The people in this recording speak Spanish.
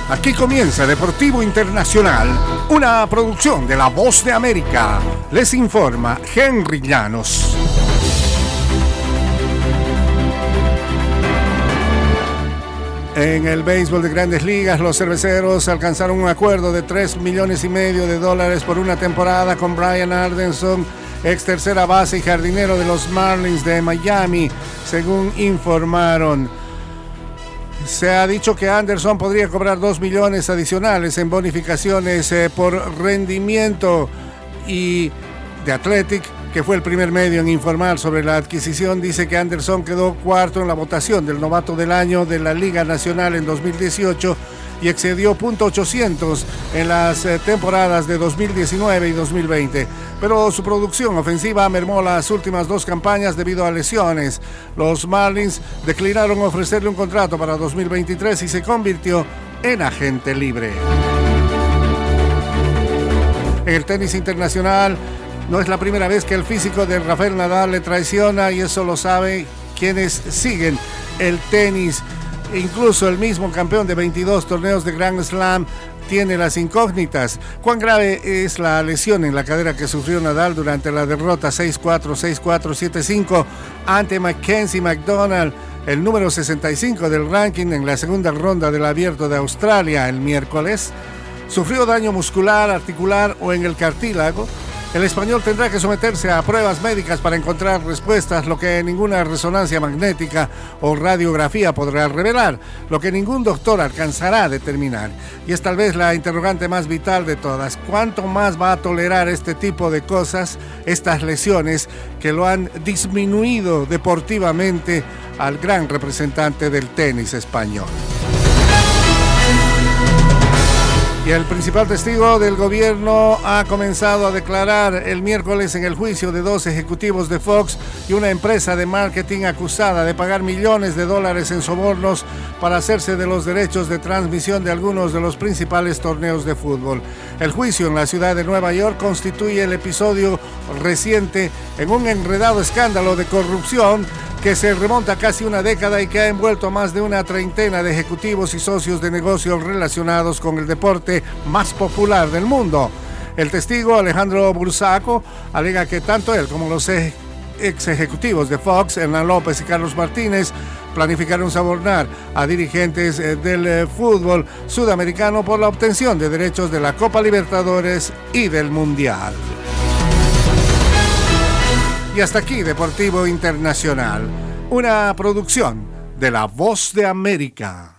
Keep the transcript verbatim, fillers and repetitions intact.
Aquí comienza Deportivo Internacional, una producción de La Voz de América. Les informa Henry Llanos. En el béisbol de Grandes Ligas, los cerveceros alcanzaron un acuerdo de tres millones y medio de dólares por una temporada con Brian Anderson, ex tercera base y jardinero de los Marlins de Miami, según informaron. Se ha dicho que Anderson podría cobrar dos millones adicionales en bonificaciones eh, por rendimiento, y The Athletic, que fue el primer medio en informar sobre la adquisición, dice que Anderson quedó cuarto en la votación del novato del año de la Liga Nacional en dos mil dieciocho y excedió punto ochocientos en las eh, temporadas de dos mil diecinueve y dos mil veinte. Pero su producción ofensiva mermó las últimas dos campañas debido a lesiones. Los Marlins declinaron ofrecerle un contrato para dos mil veintitrés y se convirtió en agente libre. En el tenis internacional, no es la primera vez que el físico de Rafael Nadal le traiciona, y eso lo saben quienes siguen el tenis. Incluso el mismo campeón de veintidós torneos de Grand Slam tiene las incógnitas. ¿Cuán grave es la lesión en la cadera que sufrió Nadal durante la derrota seis cuatro, seis cuatro, siete cinco ante Mackenzie McDonald, el número sesenta y cinco del ranking, en la segunda ronda del Abierto de Australia el miércoles? ¿Sufrió daño muscular, articular o en el cartílago? El español tendrá que someterse a pruebas médicas para encontrar respuestas, lo que ninguna resonancia magnética o radiografía podrá revelar, lo que ningún doctor alcanzará a determinar. Y es tal vez la interrogante más vital de todas: ¿cuánto más va a tolerar este tipo de cosas, estas lesiones que lo han disminuido deportivamente al gran representante del tenis español? Y el principal testigo del gobierno ha comenzado a declarar el miércoles en el juicio de dos ejecutivos de Fox y una empresa de marketing acusada de pagar millones de dólares en sobornos para hacerse de los derechos de transmisión de algunos de los principales torneos de fútbol. El juicio en la ciudad de Nueva York constituye el episodio reciente en un enredado escándalo de corrupción que se remonta casi una década y que ha envuelto a más de una treintena de ejecutivos y socios de negocios relacionados con el deporte más popular del mundo. El testigo, Alejandro Bursaco, alega que tanto él como los ex ejecutivos de Fox, Hernán López y Carlos Martínez, planificaron sobornar a dirigentes del fútbol sudamericano por la obtención de derechos de la Copa Libertadores y del Mundial. Y hasta aquí Deportivo Internacional, una producción de La Voz de América.